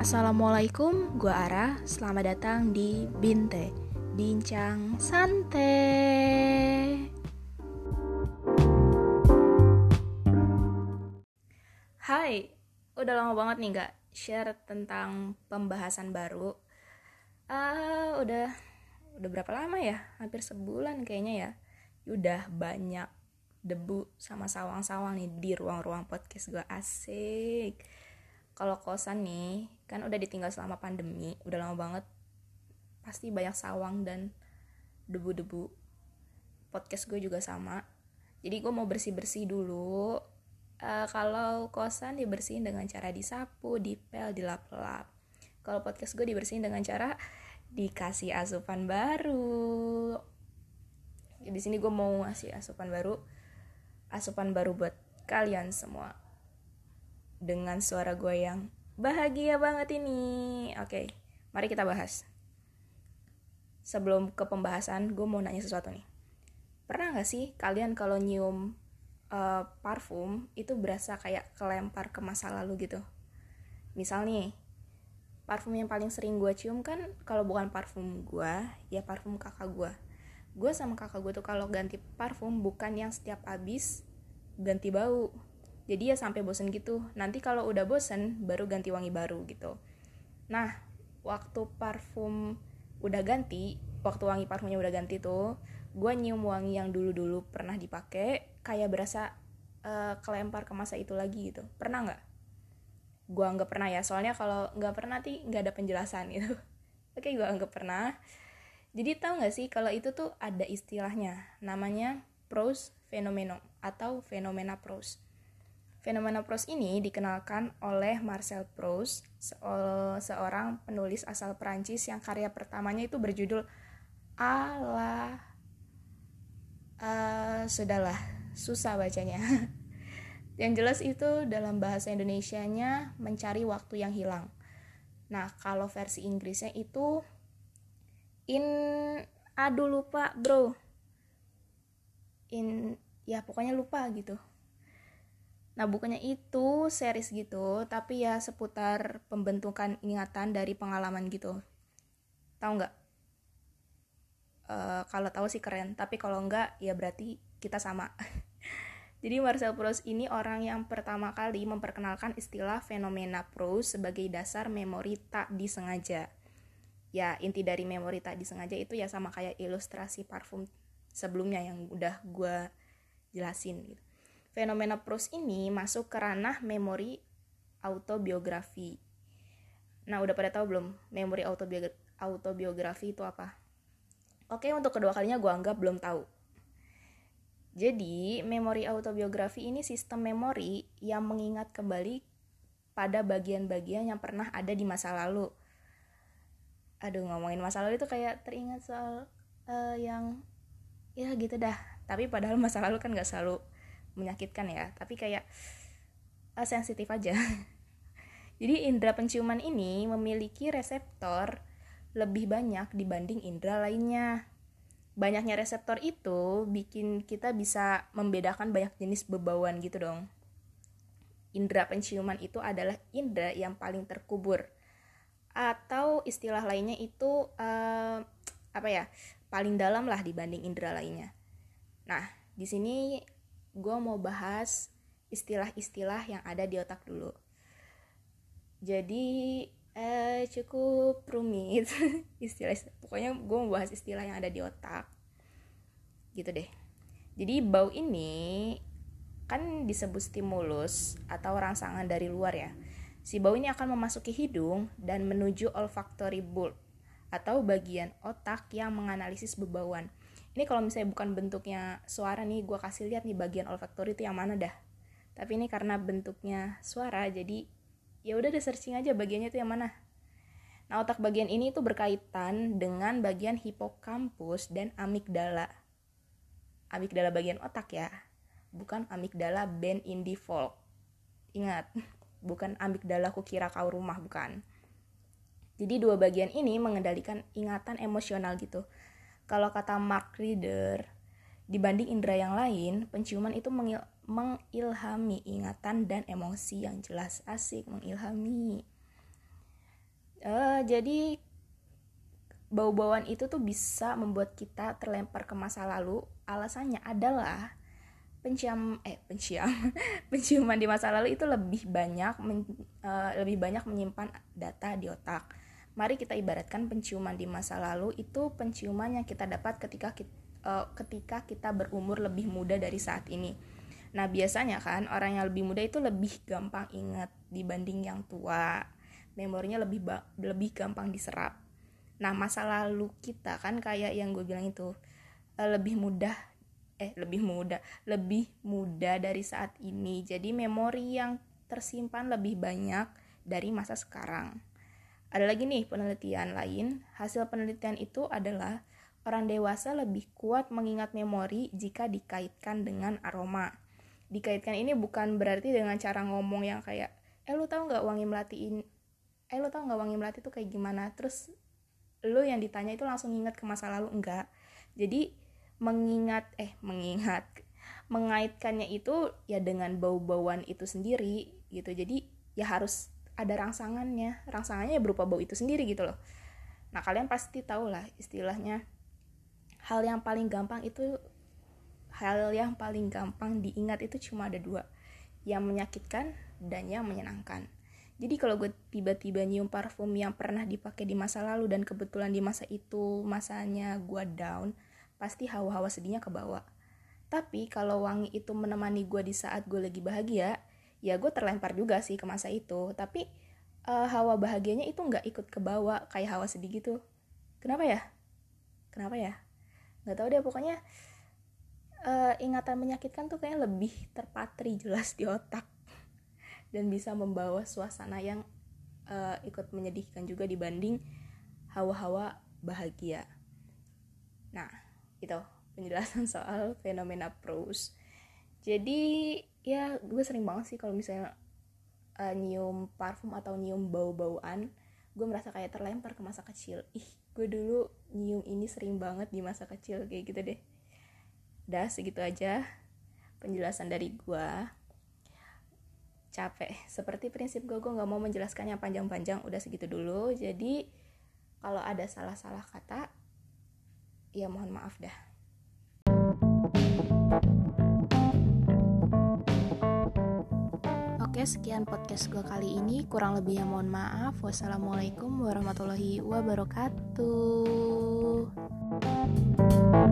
Assalamualaikum, gua Ara. Selamat datang di Binte, Bincang Santai. Hai, udah lama banget nih gak share tentang pembahasan baru. Udah berapa lama ya? Hampir sebulan kayaknya ya. Udah banyak debu sama sawang-sawang nih di ruang-ruang podcast gue. Asik. Kalau kosan nih kan udah ditinggal selama pandemi, udah lama banget, pasti banyak sawang dan debu-debu. Podcast gue juga sama, jadi gue mau bersih-bersih dulu. Kalau kosan dibersihin dengan cara disapu, dipel, dilap-lap. Kalau podcast gue dibersihin dengan cara dikasih asupan baru. Di sini gue mau ngasih asupan baru buat kalian semua dengan suara gue yang bahagia banget ini. Oke, mari kita bahas. Sebelum ke pembahasan, gue mau nanya sesuatu nih. Pernah gak sih kalian kalau nyium parfum itu berasa kayak kelempar ke masa lalu gitu? Misal nih, parfum yang paling sering gue cium kan kalau bukan parfum gue, ya parfum kakak gue. Gue sama kakak gue tuh kalau ganti parfum bukan yang setiap habis ganti bau. Jadi ya sampai bosen gitu. Nanti kalau udah bosen baru ganti wangi baru gitu. Nah, waktu wangi parfumnya udah ganti tuh, gue nyium wangi yang dulu-dulu pernah dipakai, kayak berasa kelempar ke masa itu lagi gitu. Pernah nggak? Gue anggap pernah ya. Soalnya kalau nggak pernah sih nggak ada penjelasan gitu. Oke, gue anggap pernah. Jadi tahu nggak sih kalau itu tuh ada istilahnya, namanya Proust Phenomenon atau fenomena Proust. Fenomena Proust ini dikenalkan oleh Marcel Proust, seorang penulis asal Perancis yang karya pertamanya itu berjudul sudahlah, susah bacanya. Yang jelas itu dalam bahasa Indonesianya mencari waktu yang hilang. Nah, kalau versi Inggrisnya itu lupa bro. Pokoknya lupa gitu. Nah, bukannya itu series gitu, tapi ya seputar pembentukan ingatan dari pengalaman gitu. Tahu nggak? Kalau tahu sih keren, tapi kalau nggak ya berarti kita sama. Jadi Marcel Proust ini orang yang pertama kali memperkenalkan istilah fenomena Proust sebagai dasar memori tak disengaja. Ya, inti dari memori tak disengaja itu ya sama kayak ilustrasi parfum sebelumnya yang udah gue jelasin gitu. Fenomena Proust ini masuk ke ranah memori autobiografi. Nah, udah pada tahu belum memori autobiografi itu apa? Oke, untuk kedua kalinya gue anggap belum tahu. Jadi, memori autobiografi ini sistem memori yang mengingat kembali pada bagian-bagian yang pernah ada di masa lalu. Aduh, ngomongin masa lalu itu kayak teringat soal yang ya gitu dah. Tapi padahal masa lalu kan gak selalu menyakitkan ya, tapi kayak sensitif aja. Jadi indera penciuman ini memiliki reseptor lebih banyak dibanding indera lainnya. Banyaknya reseptor itu bikin kita bisa membedakan banyak jenis bebauan gitu dong. Indera penciuman itu adalah indera yang paling terkubur, atau istilah lainnya itu paling dalam lah dibanding indera lainnya. Nah, di sini gue mau bahas istilah-istilah yang ada di otak dulu. Jadi cukup rumit istilah. Pokoknya gue mau bahas istilah yang ada di otak. Gitu deh. Jadi bau ini kan disebut stimulus atau rangsangan dari luar ya. Si bau ini akan memasuki hidung dan menuju olfactory bulb atau bagian otak yang menganalisis bebauan. Ini kalau misalnya bukan bentuknya suara nih, gue kasih lihat nih bagian olfaktori itu yang mana dah. Tapi ini karena bentuknya suara, jadi ya udah deh searching aja bagiannya itu yang mana. Nah, otak bagian ini tuh berkaitan dengan bagian hipokampus dan amigdala. Amigdala bagian otak ya, bukan amigdala band indie folk. Ingat, bukan amigdala kukira kau rumah, bukan. Jadi dua bagian ini mengendalikan ingatan emosional gitu. Kalau kata Mark Reader, dibanding indera yang lain, penciuman itu mengilhami ingatan dan emosi yang jelas. Asik, mengilhami. Jadi bau-bauan itu tuh bisa membuat kita terlempar ke masa lalu. Alasannya adalah penciuman di masa lalu itu lebih banyak menyimpan data di otak. Mari kita ibaratkan penciuman di masa lalu itu penciuman yang kita dapat ketika kita berumur lebih muda dari saat ini. Nah, biasanya kan orang yang lebih muda itu lebih gampang ingat dibanding yang tua. Memorinya lebih gampang diserap. Nah, masa lalu kita kan kayak yang gue bilang itu lebih muda dari saat ini. Jadi memori yang tersimpan lebih banyak dari masa sekarang. Ada lagi nih penelitian lain. Hasil penelitian itu adalah orang dewasa lebih kuat mengingat memori jika dikaitkan dengan aroma. Dikaitkan ini bukan berarti dengan cara ngomong yang kayak lu tahu nggak wangi melati itu kayak gimana, terus lu yang ditanya itu langsung ingat ke masa lalu. Enggak. Jadi mengaitkannya itu ya dengan bau-bauan itu sendiri gitu. Jadi ya harus ada rangsangannya ya berupa bau itu sendiri gitu loh. Nah, kalian pasti tahu lah istilahnya hal yang paling gampang diingat itu cuma ada dua, yang menyakitkan dan yang menyenangkan. Jadi kalau gue tiba-tiba nyium parfum yang pernah dipakai di masa lalu dan kebetulan di masa itu masanya gue down, pasti hawa-hawa sedihnya kebawa. Tapi kalau wangi itu menemani gue di saat gue lagi bahagia, ya gue terlempar juga sih ke masa itu. Tapi hawa bahagianya itu gak ikut kebawa kayak hawa sedih gitu. Kenapa ya? Gak tahu deh, pokoknya ingatan menyakitkan tuh kayaknya lebih terpatri jelas di otak dan bisa membawa suasana yang ikut menyedihkan juga dibanding hawa-hawa bahagia. Nah, itu penjelasan soal fenomena Proust. Jadi ya gue sering banget sih kalau misalnya nyium parfum atau nyium bau-bauan, gue merasa kayak terlempar ke masa kecil. Gue dulu nyium ini sering banget di masa kecil, kayak gitu deh. Udah segitu aja penjelasan dari gue. Capek. Seperti prinsip gue gak mau menjelaskan yang panjang-panjang. Udah segitu dulu. Jadi kalau ada salah-salah kata, ya mohon maaf dah. Oke, sekian podcast gue kali ini. Kurang lebihnya mohon maaf. Wassalamualaikum warahmatullahi wabarakatuh.